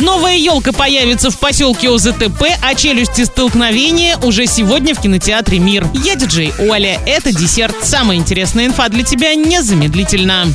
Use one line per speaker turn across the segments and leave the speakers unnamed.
Новая елка появится в поселке ОЗТП, а «Челюсти столкновения» уже сегодня в кинотеатре «Мир». Я диджей Оля. Это десерт. Самая интересная инфа для тебя незамедлительно.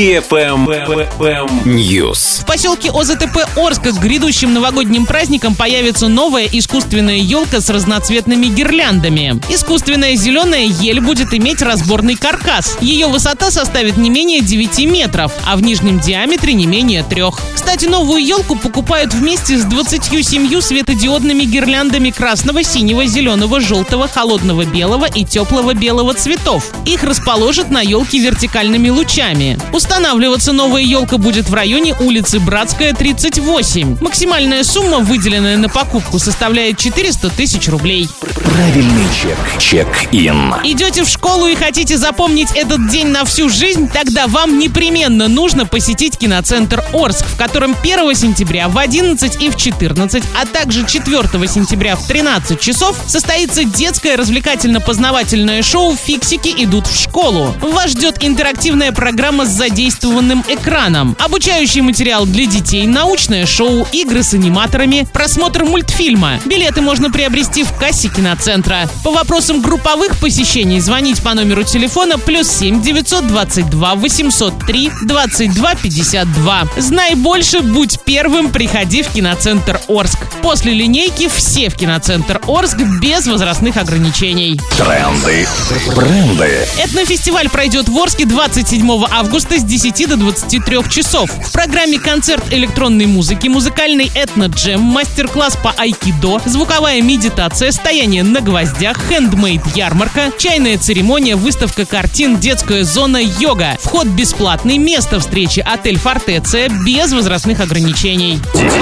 News.
В поселке ОЗТП Орск к грядущим новогодним праздникам появится новая искусственная елка с разноцветными гирляндами. Искусственная зеленая ель будет иметь разборный каркас. Ее высота составит не менее 9 метров, а в нижнем диаметре не менее 3. Кстати, новую елку покупают вместе с 27 светодиодными гирляндами красного, синего, зеленого, желтого, холодного белого и теплого белого цветов. Их расположат на елке вертикальными лучами. Устанавливаться новая елка будет в районе улицы Братская, 38. Максимальная сумма, выделенная на покупку, составляет 400 тысяч рублей.
Правильный чек. Чек-ин.
Идете в школу и хотите запомнить этот день на всю жизнь? Тогда вам непременно нужно посетить киноцентр Орск, в котором 1 сентября в 11 и в 14, а также 4 сентября в 13 часов состоится детское развлекательно-познавательное шоу «Фиксики идут в школу». Вас ждет интерактивная программа с задействованным экраном, обучающий материал для детей, научное шоу, игры с аниматорами, просмотр мультфильма. Билеты можно приобрести в кассе киноцентра. По вопросам групповых посещений звонить по номеру телефона +7 922 803 22 52. Знай больше, будь первым, приходи в киноцентр Орск. После линейки все в киноцентр Орск без возрастных ограничений.
Тренды. Бренды.
Этнофестиваль пройдет в Орске 27 августа с 10 до 23 часов. В программе концерт электронной музыки, музыкальный этно-джем, мастер-класс по айкидо, звуковая медитация, стояние на гвоздях, хендмейд-ярмарка, чайная церемония, выставка картин, детская зона, йога. Вход бесплатный, место встречи отель «Фортеция» без возрастных ограничений.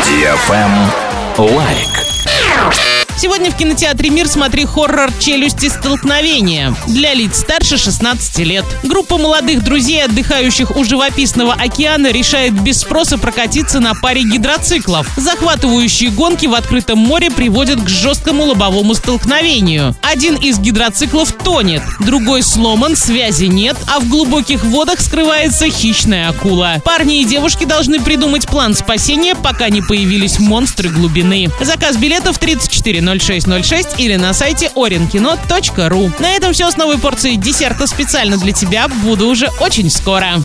Лайк.
Сегодня в кинотеатре «Мир» смотри хоррор «Челюсти столкновения» для лиц старше 16 лет. Группа молодых друзей, отдыхающих у живописного океана, решает без спроса прокатиться на паре гидроциклов. Захватывающие гонки в открытом море приводят к жесткому лобовому столкновению. Один из гидроциклов тонет, другой сломан, связи нет, а в глубоких водах скрывается хищная акула. Парни и девушки должны придумать план спасения, пока не появились монстры глубины. Заказ билетов 340606 или на сайте orinkino.ru. На этом все с новой порцией десерта специально для тебя. Буду уже очень скоро.